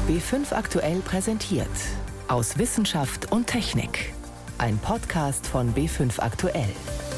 B5 aktuell präsentiert. Aus Wissenschaft und Technik. Ein Podcast von B5 aktuell.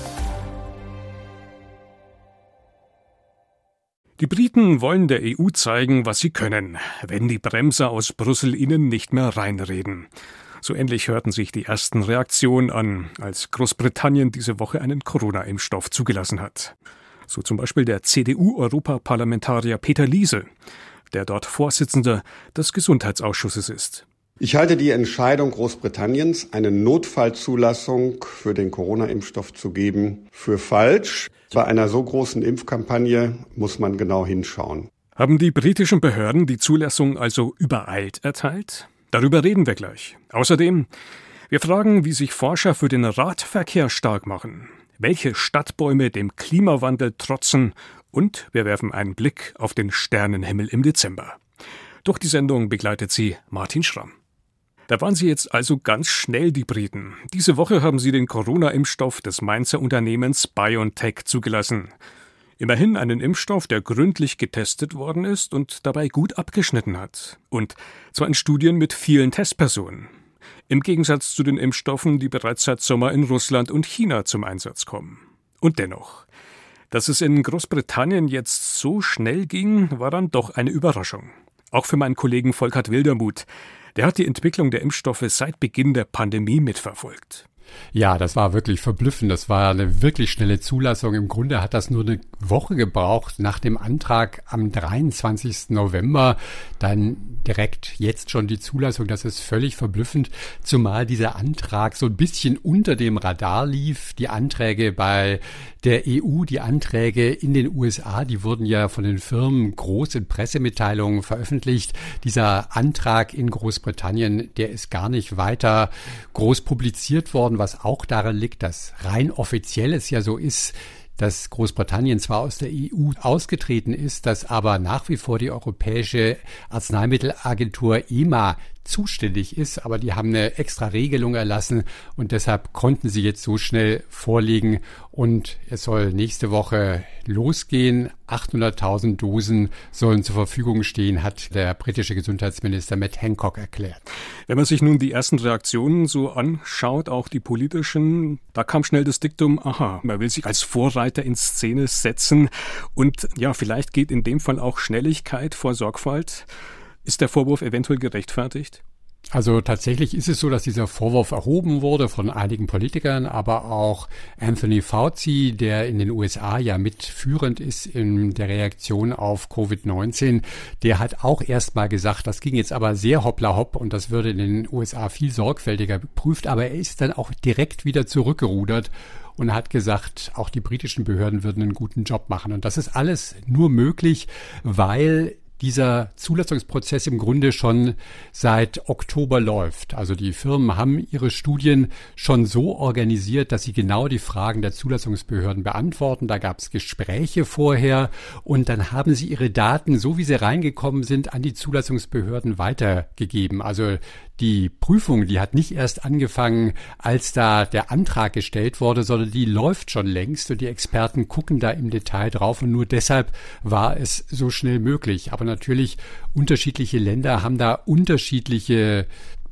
Die Briten wollen der EU zeigen, was sie können, wenn die Bremser aus Brüssel ihnen nicht mehr reinreden. So ähnlich hörten sich die ersten Reaktionen an, als Großbritannien diese Woche einen Corona-Impfstoff zugelassen hat. So zum Beispiel der CDU-Europaparlamentarier Peter Liese, der dort Vorsitzender des Gesundheitsausschusses ist. Ich halte die Entscheidung Großbritanniens, eine Notfallzulassung für den Corona-Impfstoff zu geben, für falsch. Bei einer so großen Impfkampagne muss man genau hinschauen. Haben die britischen Behörden die Zulassung also übereilt erteilt? Darüber reden wir gleich. Außerdem, wir fragen, wie sich Forscher für den Radverkehr stark machen, welche Stadtbäume dem Klimawandel trotzen und wir werfen einen Blick auf den Sternenhimmel im Dezember. Durch die Sendung begleitet sie Martin Schramm. Da waren sie jetzt also ganz schnell, die Briten. Diese Woche haben sie den Corona-Impfstoff des Mainzer Unternehmens BioNTech zugelassen. Immerhin einen Impfstoff, der gründlich getestet worden ist und dabei gut abgeschnitten hat. Und zwar in Studien mit vielen Testpersonen. Im Gegensatz zu den Impfstoffen, die bereits seit Sommer in Russland und China zum Einsatz kommen. Und dennoch, dass es in Großbritannien jetzt so schnell ging, war dann doch eine Überraschung. Auch für meinen Kollegen Volkert Wildermuth. Der hat die Entwicklung der Impfstoffe seit Beginn der Pandemie mitverfolgt. Ja, das war wirklich verblüffend. Das war eine wirklich schnelle Zulassung. Im Grunde hat das nur eine Woche gebraucht nach dem Antrag am 23. November. Dann direkt jetzt schon die Zulassung. Das ist völlig verblüffend, zumal dieser Antrag so ein bisschen unter dem Radar lief. Die Anträge bei der EU, die Anträge in den USA, die wurden ja von den Firmen groß in Pressemitteilungen veröffentlicht. Dieser Antrag in Großbritannien, der ist gar nicht weiter groß publiziert worden, was auch daran liegt, dass rein offiziell es ja so ist, dass Großbritannien zwar aus der EU ausgetreten ist, dass aber nach wie vor die Europäische Arzneimittelagentur EMA zuständig ist, aber die haben eine extra Regelung erlassen und deshalb konnten sie jetzt so schnell vorlegen und es soll nächste Woche losgehen. 800.000 Dosen sollen zur Verfügung stehen, hat der britische Gesundheitsminister Matt Hancock erklärt. Wenn man sich nun die ersten Reaktionen so anschaut, auch die politischen, da kam schnell das Diktum, aha, man will sich als Vorreiter in Szene setzen und ja, vielleicht geht in dem Fall auch Schnelligkeit vor Sorgfalt. Ist der Vorwurf eventuell gerechtfertigt? Also tatsächlich ist es so, dass dieser Vorwurf erhoben wurde von einigen Politikern, aber auch Anthony Fauci, der in den USA ja mitführend ist in der Reaktion auf Covid-19, der hat auch erst mal gesagt, das ging jetzt aber sehr hoppla hopp und das würde in den USA viel sorgfältiger geprüft, aber er ist dann auch direkt wieder zurückgerudert und hat gesagt, auch die britischen Behörden würden einen guten Job machen. Und das ist alles nur möglich, weil dieser Zulassungsprozess im Grunde schon seit Oktober läuft. Also die Firmen haben ihre Studien schon so organisiert, dass sie genau die Fragen der Zulassungsbehörden beantworten. Da gab es Gespräche vorher und dann haben sie ihre Daten, so wie sie reingekommen sind, an die Zulassungsbehörden weitergegeben. Also die Prüfung, die hat nicht erst angefangen, als da der Antrag gestellt wurde, sondern die läuft schon längst und die Experten gucken da im Detail drauf und nur deshalb war es so schnell möglich. Aber natürlich, unterschiedliche Länder haben da unterschiedliche,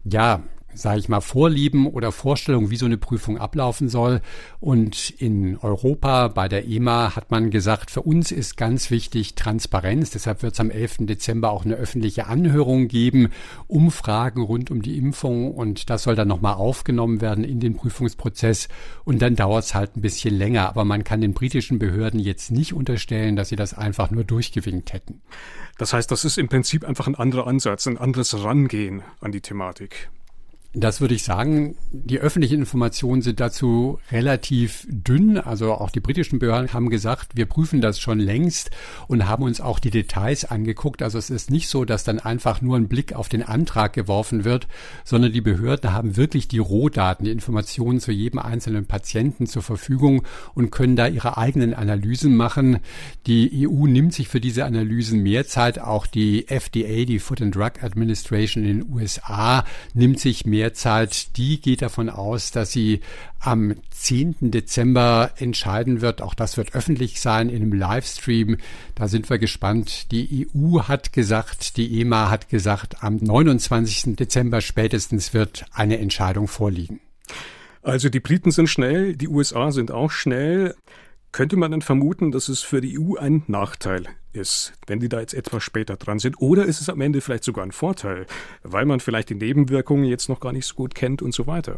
sage ich mal, Vorlieben oder Vorstellungen, wie so eine Prüfung ablaufen soll. Und in Europa bei der EMA hat man gesagt, für uns ist ganz wichtig Transparenz. Deshalb wird es am 11. Dezember auch eine öffentliche Anhörung geben, Umfragen rund um die Impfung. Und das soll dann nochmal aufgenommen werden in den Prüfungsprozess. Und dann dauert es halt ein bisschen länger. Aber man kann den britischen Behörden jetzt nicht unterstellen, dass sie das einfach nur durchgewinkt hätten. Das heißt, das ist im Prinzip einfach ein anderer Ansatz, ein anderes Rangehen an die Thematik. Das würde ich sagen. Die öffentlichen Informationen sind dazu relativ dünn. Also auch die britischen Behörden haben gesagt, wir prüfen das schon längst und haben uns auch die Details angeguckt. Also es ist nicht so, dass dann einfach nur ein Blick auf den Antrag geworfen wird, sondern die Behörden haben wirklich die Rohdaten, die Informationen zu jedem einzelnen Patienten zur Verfügung und können da ihre eigenen Analysen machen. Die EU nimmt sich für diese Analysen mehr Zeit. Auch die FDA, die Food and Drug Administration in den USA, nimmt sich mehr mehr Zeit. Die geht davon aus, dass sie am 10. Dezember entscheiden wird. Auch das wird öffentlich sein in einem Livestream. Da sind wir gespannt. Die EU hat gesagt, die EMA hat gesagt, am 29. Dezember spätestens wird eine Entscheidung vorliegen. Also die Briten sind schnell, die USA sind auch schnell. Könnte man dann vermuten, dass es für die EU ein Nachteil ist, wenn die da jetzt etwas später dran sind? Oder ist es am Ende vielleicht sogar ein Vorteil, weil man vielleicht die Nebenwirkungen jetzt noch gar nicht so gut kennt und so weiter?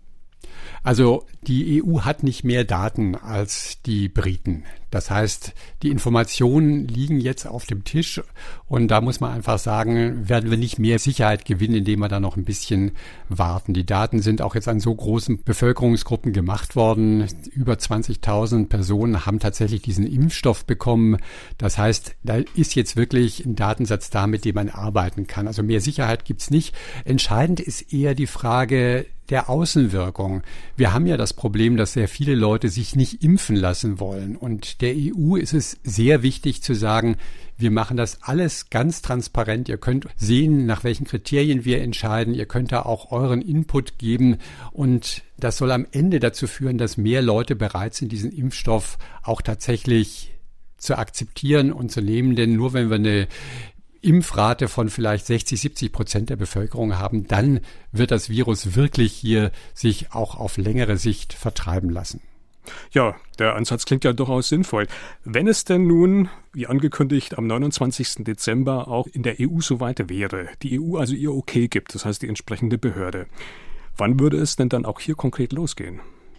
Also die EU hat nicht mehr Daten als die Briten. Das heißt, die Informationen liegen jetzt auf dem Tisch und da muss man einfach sagen, werden wir nicht mehr Sicherheit gewinnen, indem wir da noch ein bisschen warten. Die Daten sind auch jetzt an so großen Bevölkerungsgruppen gemacht worden. Über 20.000 Personen haben tatsächlich diesen Impfstoff bekommen. Das heißt, da ist jetzt wirklich ein Datensatz da, mit dem man arbeiten kann. Also mehr Sicherheit gibt's nicht. Entscheidend ist eher die Frage der Außenwirkung. Wir haben ja das Problem, dass sehr viele Leute sich nicht impfen lassen wollen. Und der EU ist es sehr wichtig zu sagen, wir machen das alles ganz transparent. Ihr könnt sehen, nach welchen Kriterien wir entscheiden. Ihr könnt da auch euren Input geben. Und das soll amEnde dazu führen, dass mehr Leute bereit sind, diesen Impfstoff auch tatsächlich zu akzeptieren und zu nehmen. Denn nur wenn wir eine Impfrate von vielleicht 60-70% der Bevölkerung haben, dann wird das Virus wirklich hier sich auch auf längere Sicht vertreiben lassen. Ja, der Ansatz klingt ja durchaus sinnvoll. Wenn es denn nun, wie angekündigt, am 29. Dezember auch in der EU so weit wäre, die EU also ihr Okay gibt, das heißt die entsprechende Behörde, wann würde es denn dann auch hier konkret losgehen?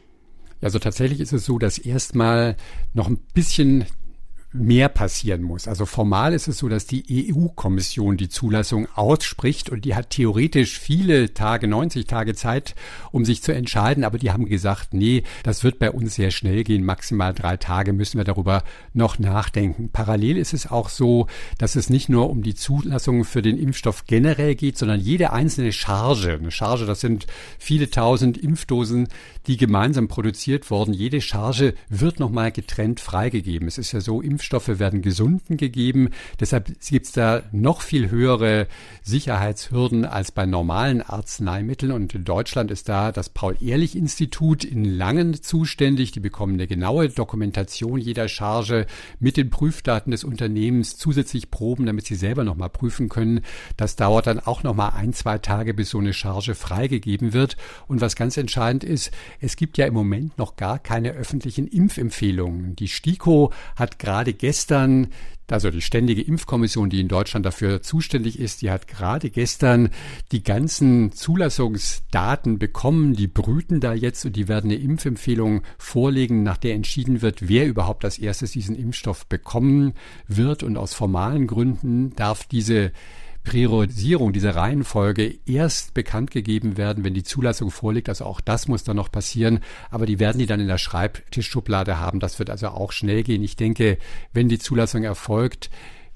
Also tatsächlich ist es so, dass erstmal noch ein bisschen mehr passieren muss. Also formal ist es so, dass die EU-Kommission die Zulassung ausspricht und die hat theoretisch viele Tage, 90 Tage Zeit, um sich zu entscheiden, aber die haben gesagt, nee, das wird bei uns sehr schnell gehen, maximal 3 Tage müssen wir darüber noch nachdenken. Parallel ist es auch so, dass es nicht nur um die Zulassung für den Impfstoff generell geht, sondern jede einzelne Charge, eine Charge, das sind viele tausend Impfdosen, die gemeinsam produziert wurden, jede Charge wird nochmal getrennt freigegeben. Es ist ja so, Impfstoffe werden Gesunden gegeben. Deshalb gibt es da noch viel höhere Sicherheitshürden als bei normalen Arzneimitteln. Und in Deutschland ist da das Paul-Ehrlich-Institut in Langen zuständig. Die bekommen eine genaue Dokumentation jeder Charge mit den Prüfdaten des Unternehmens, zusätzlich Proben, damit sie selber nochmal prüfen können. Das dauert dann auch nochmal 1-2 Tage, bis so eine Charge freigegeben wird. Und was ganz entscheidend ist, es gibt ja im Moment noch gar keine öffentlichen Impfempfehlungen. Die STIKO hat gerade gestern, also die Ständige Impfkommission, die in Deutschland dafür zuständig ist, die hat gerade gestern die ganzen Zulassungsdaten bekommen. Die brüten da jetzt und die werden eine Impfempfehlung vorlegen, nach der entschieden wird, wer überhaupt als erstes diesen Impfstoff bekommen wird. Und aus formalen Gründen darf diese Priorisierung, diese Reihenfolge erst bekannt gegeben werden, wenn die Zulassung vorliegt. Also auch das muss dann noch passieren. Aber die werden die dann in der Schreibtischschublade haben. Das wird also auch schnell gehen. Ich denke, wenn die Zulassung erfolgt,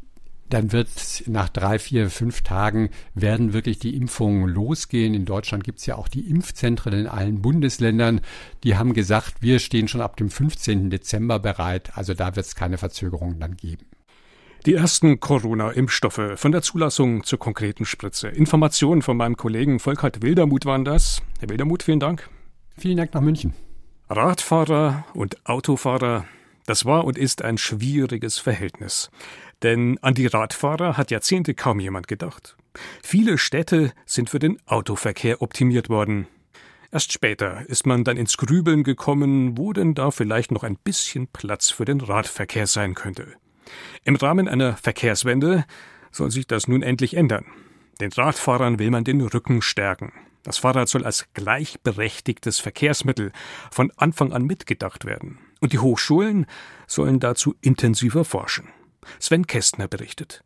dann wird nach 3, 4, 5 Tagen werden wirklich die Impfungen losgehen. In Deutschland gibt es ja auch die Impfzentren in allen Bundesländern. Die haben gesagt, wir stehen schon ab dem 15. Dezember bereit. Also da wird es keine Verzögerungen dann geben. Die ersten Corona-Impfstoffe von der Zulassung zur konkreten Spritze. Informationen von meinem Kollegen Volkert Wildermuth waren das. Herr Wildermuth, vielen Dank. Vielen Dank nach München. Radfahrer und Autofahrer, das war und ist ein schwieriges Verhältnis. Denn an die Radfahrer hat Jahrzehnte kaum jemand gedacht. Viele Städte sind für den Autoverkehr optimiert worden. Erst später ist man dann ins Grübeln gekommen, wo denn da vielleicht noch ein bisschen Platz für den Radverkehr sein könnte. Im Rahmen einer Verkehrswende soll sich das nun endlich ändern. Den Radfahrern will man den Rücken stärken. Das Fahrrad soll als gleichberechtigtes Verkehrsmittel von Anfang an mitgedacht werden. Und die Hochschulen sollen dazu intensiver forschen. Sven Kästner berichtet.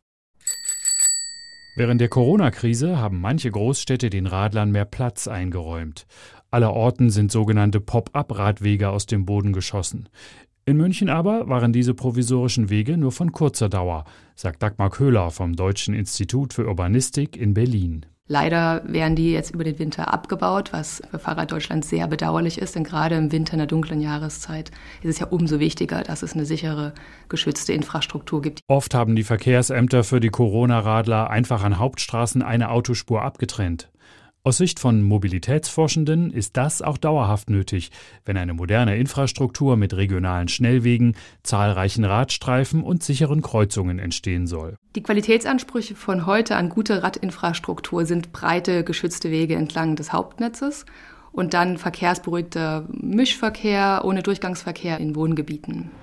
Während der Corona-Krise haben manche Großstädte den Radlern mehr Platz eingeräumt. Allerorten sind sogenannte Pop-up-Radwege aus dem Boden geschossen. In München aber waren diese provisorischen Wege nur von kurzer Dauer, sagt Dagmar Köhler vom Deutschen Institut für Urbanistik in Berlin. Leider werden die jetzt über den Winter abgebaut, was für Fahrraddeutschland sehr bedauerlich ist, denn gerade im Winter in der dunklen Jahreszeit ist es ja umso wichtiger, dass es eine sichere, geschützte Infrastruktur gibt. Oft haben die Verkehrsämter für die Corona-Radler einfach an Hauptstraßen eine Autospur abgetrennt. Aus Sicht von Mobilitätsforschenden ist das auch dauerhaft nötig, wenn eine moderne Infrastruktur mit regionalen Schnellwegen, zahlreichen Radstreifen und sicheren Kreuzungen entstehen soll. Die Qualitätsansprüche von heute an gute Radinfrastruktur sind breite, geschützte Wege entlang des Hauptnetzes und dann verkehrsberuhigter Mischverkehr ohne Durchgangsverkehr in Wohngebieten.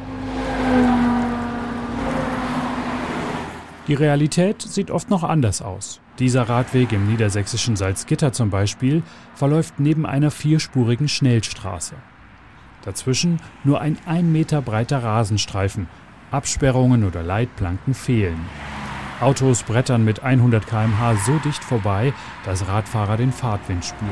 Die Realität sieht oft noch anders aus. Dieser Radweg im niedersächsischen Salzgitter zum Beispiel verläuft neben einer 4-spurigen Schnellstraße. Dazwischen nur ein 1 Meter breiter Rasenstreifen. Absperrungen oder Leitplanken fehlen. Autos brettern mit 100 km/h so dicht vorbei, dass Radfahrer den Fahrtwind spüren.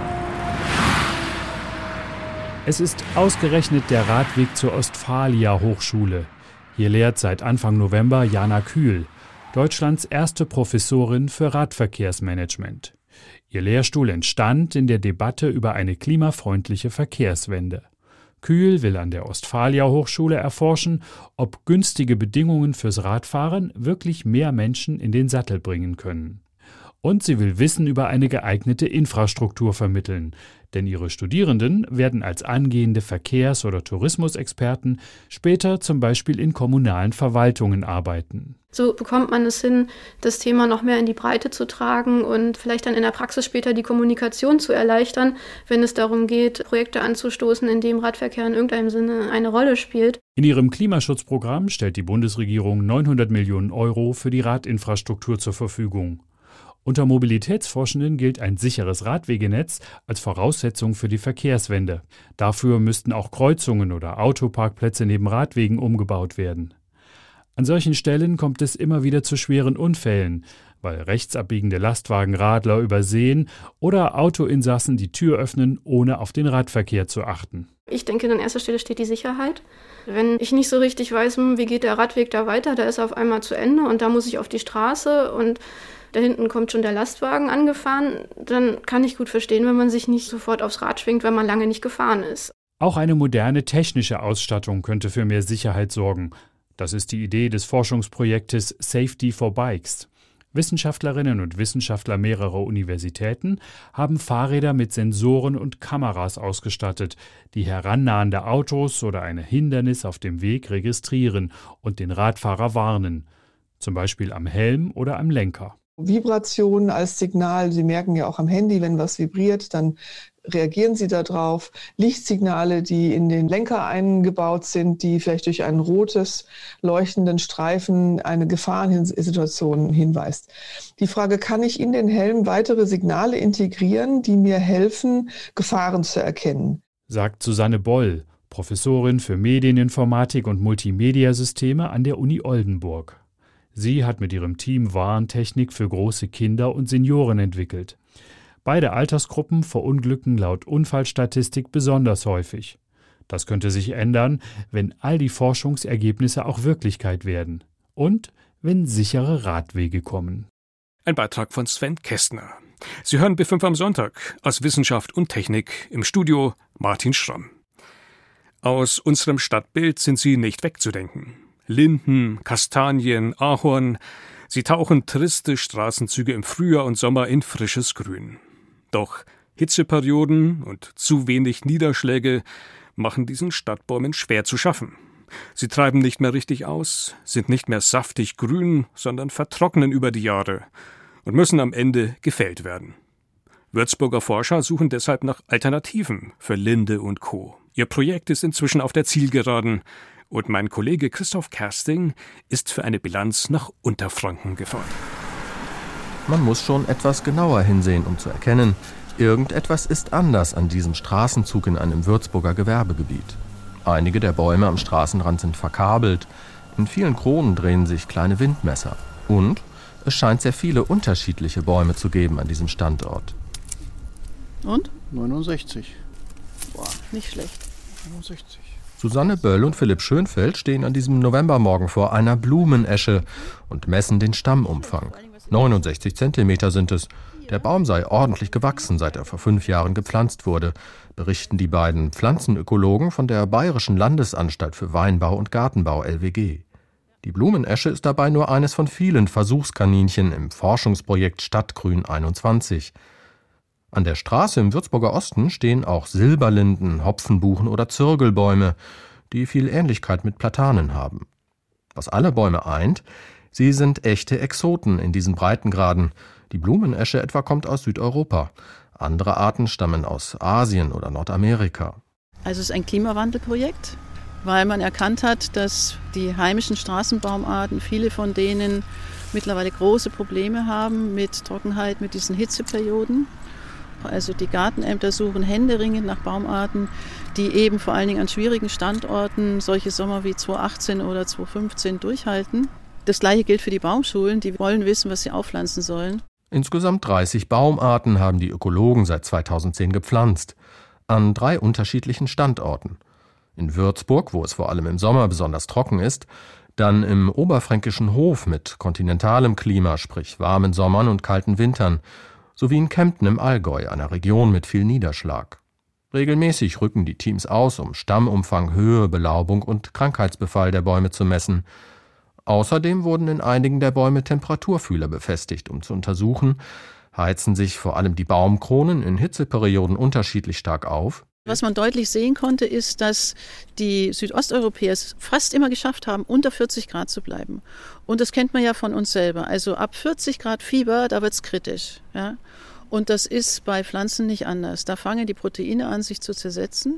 Es ist ausgerechnet der Radweg zur Ostfalia-Hochschule. Hier lehrt seit Anfang November Jana Kühl, Deutschlands erste Professorin für Radverkehrsmanagement. Ihr Lehrstuhl entstand in der Debatte über eine klimafreundliche Verkehrswende. Kühl will an der Ostfalia-Hochschule erforschen, ob günstige Bedingungen fürs Radfahren wirklich mehr Menschen in den Sattel bringen können. Und sie will Wissen über eine geeignete Infrastruktur vermitteln, denn ihre Studierenden werden als angehende Verkehrs- oder Tourismusexperten später zum Beispiel in kommunalen Verwaltungen arbeiten. So bekommt man es hin, das Thema noch mehr in die Breite zu tragen und vielleicht dann in der Praxis später die Kommunikation zu erleichtern, wenn es darum geht, Projekte anzustoßen, in dem Radverkehr in irgendeinem Sinne eine Rolle spielt. In ihrem Klimaschutzprogramm stellt die Bundesregierung 900 Millionen Euro für die Radinfrastruktur zur Verfügung. Unter Mobilitätsforschenden gilt ein sicheres Radwegenetz als Voraussetzung für die Verkehrswende. Dafür müssten auch Kreuzungen oder Autoparkplätze neben Radwegen umgebaut werden. An solchen Stellen kommt es immer wieder zu schweren Unfällen, weil rechtsabbiegende Lastwagen Radler übersehen oder Autoinsassen die Tür öffnen, ohne auf den Radverkehr zu achten. Ich denke, an erster Stelle steht die Sicherheit. Wenn ich nicht so richtig weiß, wie geht der Radweg da weiter, da ist er auf einmal zu Ende und da muss ich auf die Straße und da hinten kommt schon der Lastwagen angefahren, dann kann ich gut verstehen, wenn man sich nicht sofort aufs Rad schwingt, weil man lange nicht gefahren ist. Auch eine moderne technische Ausstattung könnte für mehr Sicherheit sorgen. Das ist die Idee des Forschungsprojektes Safety for Bikes. Wissenschaftlerinnen und Wissenschaftler mehrerer Universitäten haben Fahrräder mit Sensoren und Kameras ausgestattet, die herannahende Autos oder ein Hindernis auf dem Weg registrieren und den Radfahrer warnen, zum Beispiel am Helm oder am Lenker. Vibrationen als Signal, Sie merken ja auch am Handy, wenn was vibriert, dann reagieren Sie darauf. Lichtsignale, die in den Lenker eingebaut sind, die vielleicht durch einen rotes leuchtenden Streifen eine Gefahrensituation hinweist. Die Frage, kann ich in den Helm weitere Signale integrieren, die mir helfen, Gefahren zu erkennen? Sagt Susanne Boll, Professorin für Medieninformatik und Multimediasysteme an der Uni Oldenburg. Sie hat mit ihrem Team Warntechnik für große Kinder und Senioren entwickelt. Beide Altersgruppen verunglücken laut Unfallstatistik besonders häufig. Das könnte sich ändern, wenn all die Forschungsergebnisse auch Wirklichkeit werden und wenn sichere Radwege kommen. Ein Beitrag von Sven Kästner. Sie hören B5 am Sonntag aus Wissenschaft und Technik, im Studio Martin Schramm. Aus unserem Stadtbild sind sie nicht wegzudenken. Linden, Kastanien, Ahorn, sie tauchen triste Straßenzüge im Frühjahr und Sommer in frisches Grün. Doch Hitzeperioden und zu wenig Niederschläge machen diesen Stadtbäumen schwer zu schaffen. Sie treiben nicht mehr richtig aus, sind nicht mehr saftig grün, sondern vertrocknen über die Jahre und müssen am Ende gefällt werden. Würzburger Forscher suchen deshalb nach Alternativen für Linde und Co. Ihr Projekt ist inzwischen auf der Zielgeraden und mein Kollege Christoph Kersting ist für eine Bilanz nach Unterfranken gefahren. Man muss schon etwas genauer hinsehen, um zu erkennen, irgendetwas ist anders an diesem Straßenzug in einem Würzburger Gewerbegebiet. Einige der Bäume am Straßenrand sind verkabelt, in vielen Kronen drehen sich kleine Windmesser. Und es scheint sehr viele unterschiedliche Bäume zu geben an diesem Standort. Und? 69. Boah, nicht schlecht. 69. Susanne Böll und Philipp Schönfeld stehen an diesem Novembermorgen vor einer Blumenesche und messen den Stammumfang. 69 Zentimeter sind es. Der Baum sei ordentlich gewachsen, seit er vor 5 Jahren gepflanzt wurde, berichten die beiden Pflanzenökologen von der Bayerischen Landesanstalt für Weinbau und Gartenbau LWG. Die Blumenesche ist dabei nur eines von vielen Versuchskaninchen im Forschungsprojekt Stadtgrün 21. An der Straße im Würzburger Osten stehen auch Silberlinden, Hopfenbuchen oder Zirgelbäume, die viel Ähnlichkeit mit Platanen haben. Was alle Bäume eint, sie sind echte Exoten in diesen Breitengraden. Die Blumenesche etwa kommt aus Südeuropa. Andere Arten stammen aus Asien oder Nordamerika. Also es ist ein Klimawandelprojekt, weil man erkannt hat, dass die heimischen Straßenbaumarten, viele von denen mittlerweile große Probleme haben mit Trockenheit, mit diesen Hitzeperioden. Also die Gartenämter suchen händeringend nach Baumarten, die eben vor allen Dingen an schwierigen Standorten solche Sommer wie 2018 oder 2015 durchhalten. Das Gleiche gilt für die Baumschulen, die wollen wissen, was sie aufpflanzen sollen. Insgesamt 30 Baumarten haben die Ökologen seit 2010 gepflanzt, an 3 unterschiedlichen Standorten. In Würzburg, wo es vor allem im Sommer besonders trocken ist, dann im oberfränkischen Hof mit kontinentalem Klima, sprich warmen Sommern und kalten Wintern, sowie in Kempten im Allgäu, einer Region mit viel Niederschlag. Regelmäßig rücken die Teams aus, um Stammumfang, Höhe, Belaubung und Krankheitsbefall der Bäume zu messen. Außerdem wurden in einigen der Bäume Temperaturfühler befestigt, um zu untersuchen, heizen sich vor allem die Baumkronen in Hitzeperioden unterschiedlich stark auf. Was man deutlich sehen konnte, ist, dass die Südosteuropäer es fast immer geschafft haben, unter 40 Grad zu bleiben. Und das kennt man ja von uns selber. Also ab 40 Grad Fieber, da wird es kritisch. Ja? Und das ist bei Pflanzen nicht anders. Da fangen die Proteine an, sich zu zersetzen.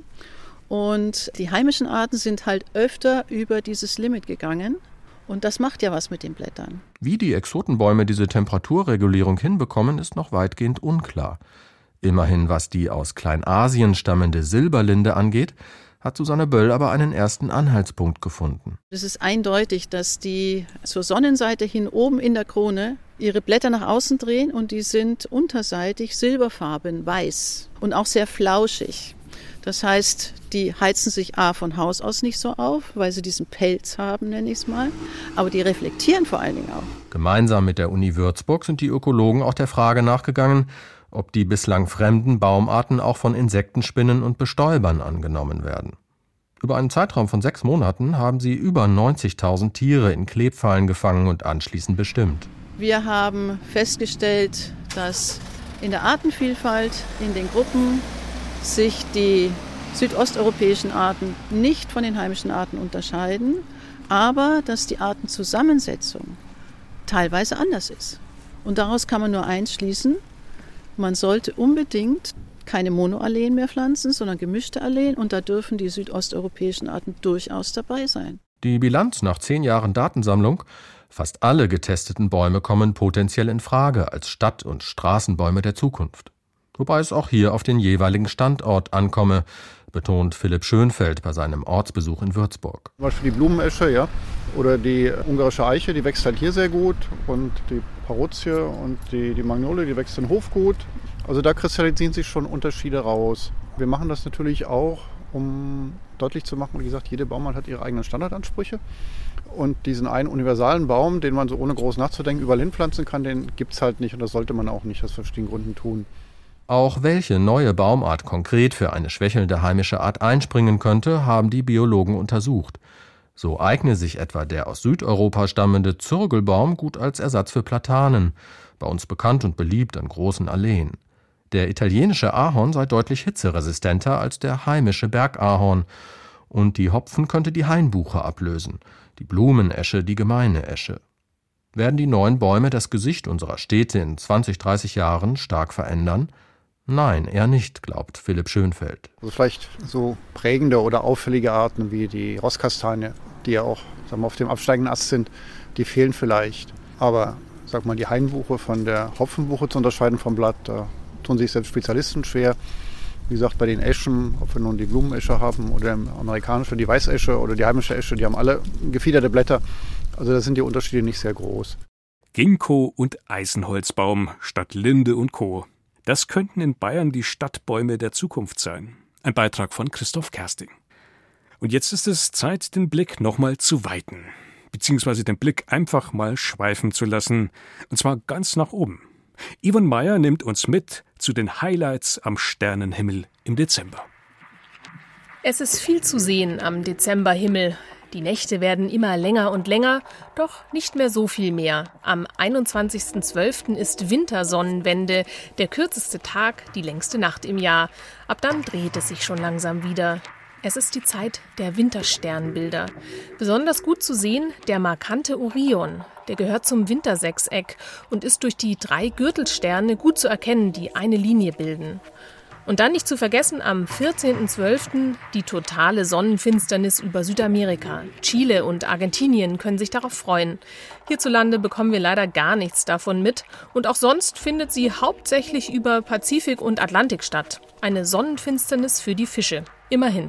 Und die heimischen Arten sind halt öfter über dieses Limit gegangen. Und das macht ja was mit den Blättern. Wie die Exotenbäume diese Temperaturregulierung hinbekommen, ist noch weitgehend unklar. Immerhin, was die aus Kleinasien stammende Silberlinde angeht, hat Susanne Böll aber einen ersten Anhaltspunkt gefunden. Es ist eindeutig, dass die zur Sonnenseite hin oben in der Krone ihre Blätter nach außen drehen und die sind unterseitig silberfarben, weiß und auch sehr flauschig. Das heißt, die heizen sich von Haus aus nicht so auf, weil sie diesen Pelz haben, nenne ich es mal. Aber die reflektieren vor allen Dingen auch. Gemeinsam mit der Uni Würzburg sind die Ökologen auch der Frage nachgegangen, ob die bislang fremden Baumarten auch von Insektenspinnen und Bestäubern angenommen werden. Über einen Zeitraum von 6 Monaten haben sie über 90.000 Tiere in Klebfallen gefangen und anschließend bestimmt. Wir haben festgestellt, dass in der Artenvielfalt in den Gruppen sich die südosteuropäischen Arten nicht von den heimischen Arten unterscheiden, aber dass die Artenzusammensetzung teilweise anders ist. Und daraus kann man nur eins schließen: Man sollte unbedingt keine Monoalleen mehr pflanzen, sondern gemischte Alleen, und da dürfen die südosteuropäischen Arten durchaus dabei sein. Die Bilanz nach 10 Jahren Datensammlung: Fast alle getesteten Bäume kommen potenziell in Frage als Stadt- und Straßenbäume der Zukunft. Wobei es auch hier auf den jeweiligen Standort ankomme, betont Philipp Schönfeld bei seinem Ortsbesuch in Würzburg. Zum Beispiel die Blumenesche, ja, oder die ungarische Eiche, die wächst halt hier sehr gut, und die Paruzie und die Magnolie, die wächst in Hof gut. Also da kristallisieren sich schon Unterschiede raus. Wir machen das natürlich auch, um deutlich zu machen, wie gesagt, jede Baumart hat ihre eigenen Standardansprüche. Und diesen einen universalen Baum, den man so ohne groß nachzudenken überall hinpflanzen kann, den gibt es halt nicht, und das sollte man auch nicht aus verschiedenen Gründen tun. Auch welche neue Baumart konkret für eine schwächelnde heimische Art einspringen könnte, haben die Biologen untersucht. So eigne sich etwa der aus Südeuropa stammende Zirgelbaum gut als Ersatz für Platanen, bei uns bekannt und beliebt an großen Alleen. Der italienische Ahorn sei deutlich hitzeresistenter als der heimische Bergahorn, und die Hopfen könnte die Hainbuche ablösen, die Blumenesche die gemeine Esche. Werden die neuen Bäume das Gesicht unserer Städte in 20, 30 Jahren stark verändern? Nein, eher nicht, glaubt Philipp Schönfeld. Also vielleicht so prägende oder auffällige Arten wie die Rosskastanie, die ja auch, sagen wir, auf dem absteigenden Ast sind, die fehlen vielleicht. Aber sag mal, die Hainbuche von der Hopfenbuche zu unterscheiden vom Blatt, da tun sich selbst Spezialisten schwer. Wie gesagt, bei den Eschen, ob wir nun die Blumenesche haben oder die amerikanische, die Weißesche oder die heimische Esche, die haben alle gefiederte Blätter. Also da sind die Unterschiede nicht sehr groß. Ginkgo und Eisenholzbaum statt Linde und Co. Das könnten in Bayern die Stadtbäume der Zukunft sein. Ein Beitrag von Christoph Kersting. Und jetzt ist es Zeit, den Blick nochmal zu weiten. Beziehungsweise den Blick einfach mal schweifen zu lassen. Und zwar ganz nach oben. Yvonne Meyer nimmt uns mit zu den Highlights am Sternenhimmel im Dezember. Es ist viel zu sehen am Dezemberhimmel. Die Nächte werden immer länger und länger, doch nicht mehr so viel mehr. Am 21.12. ist Wintersonnenwende, der kürzeste Tag, die längste Nacht im Jahr. Ab dann dreht es sich schon langsam wieder. Es ist die Zeit der Wintersternbilder. Besonders gut zu sehen der markante Orion. Der gehört zum Wintersechseck und ist durch die 3 Gürtelsterne gut zu erkennen, die eine Linie bilden. Und dann nicht zu vergessen am 14.12. die totale Sonnenfinsternis über Südamerika. Chile und Argentinien können sich darauf freuen. Hierzulande bekommen wir leider gar nichts davon mit. Und auch sonst findet sie hauptsächlich über Pazifik und Atlantik statt. Eine Sonnenfinsternis für die Fische. Immerhin.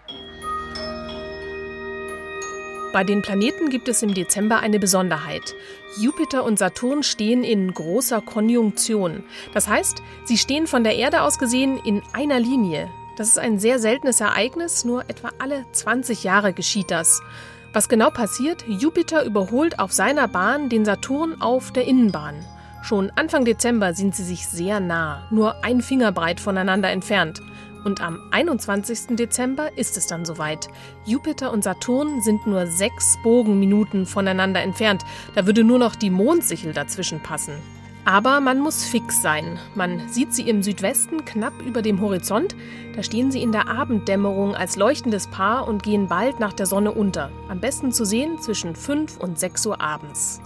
Bei den Planeten gibt es im Dezember eine Besonderheit. Jupiter und Saturn stehen in großer Konjunktion. Das heißt, sie stehen von der Erde aus gesehen in einer Linie. Das ist ein sehr seltenes Ereignis, nur etwa alle 20 Jahre geschieht das. Was genau passiert? Jupiter überholt auf seiner Bahn den Saturn auf der Innenbahn. Schon Anfang Dezember sind sie sich sehr nah, nur ein Fingerbreit voneinander entfernt. Und am 21. Dezember ist es dann soweit. Jupiter und Saturn sind nur 6 Bogenminuten voneinander entfernt. Da würde nur noch die Mondsichel dazwischen passen. Aber man muss fix sein. Man sieht sie im Südwesten knapp über dem Horizont. Da stehen sie in der Abenddämmerung als leuchtendes Paar und gehen bald nach der Sonne unter. Am besten zu sehen zwischen 5 und 6 Uhr abends.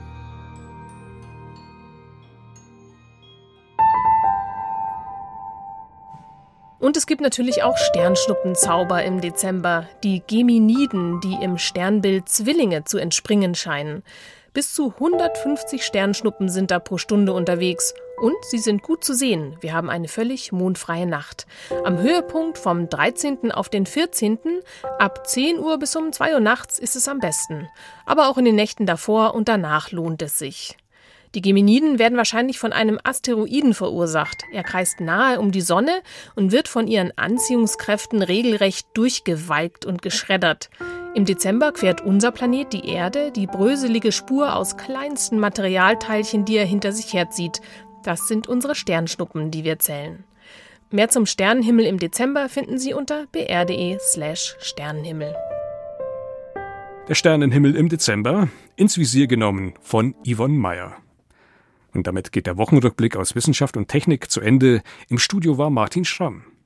Und es gibt natürlich auch Sternschnuppenzauber im Dezember, die Geminiden, die im Sternbild Zwillinge zu entspringen scheinen. Bis zu 150 Sternschnuppen sind da pro Stunde unterwegs und sie sind gut zu sehen. Wir haben eine völlig mondfreie Nacht. Am Höhepunkt vom 13. auf den 14. ab 10 Uhr bis um 2 Uhr nachts ist es am besten. Aber auch in den Nächten davor und danach lohnt es sich. Die Geminiden werden wahrscheinlich von einem Asteroiden verursacht. Er kreist nahe um die Sonne und wird von ihren Anziehungskräften regelrecht durchgewalkt und geschreddert. Im Dezember quert unser Planet die Erde die bröselige Spur aus kleinsten Materialteilchen, die er hinter sich herzieht. Das sind unsere Sternschnuppen, die wir zählen. Mehr zum Sternenhimmel im Dezember finden Sie unter br.de/Sternenhimmel. Der Sternenhimmel im Dezember, ins Visier genommen von Yvonne Meyer. Und damit geht der Wochenrückblick aus Wissenschaft und Technik zu Ende. Im Studio war Martin Schramm.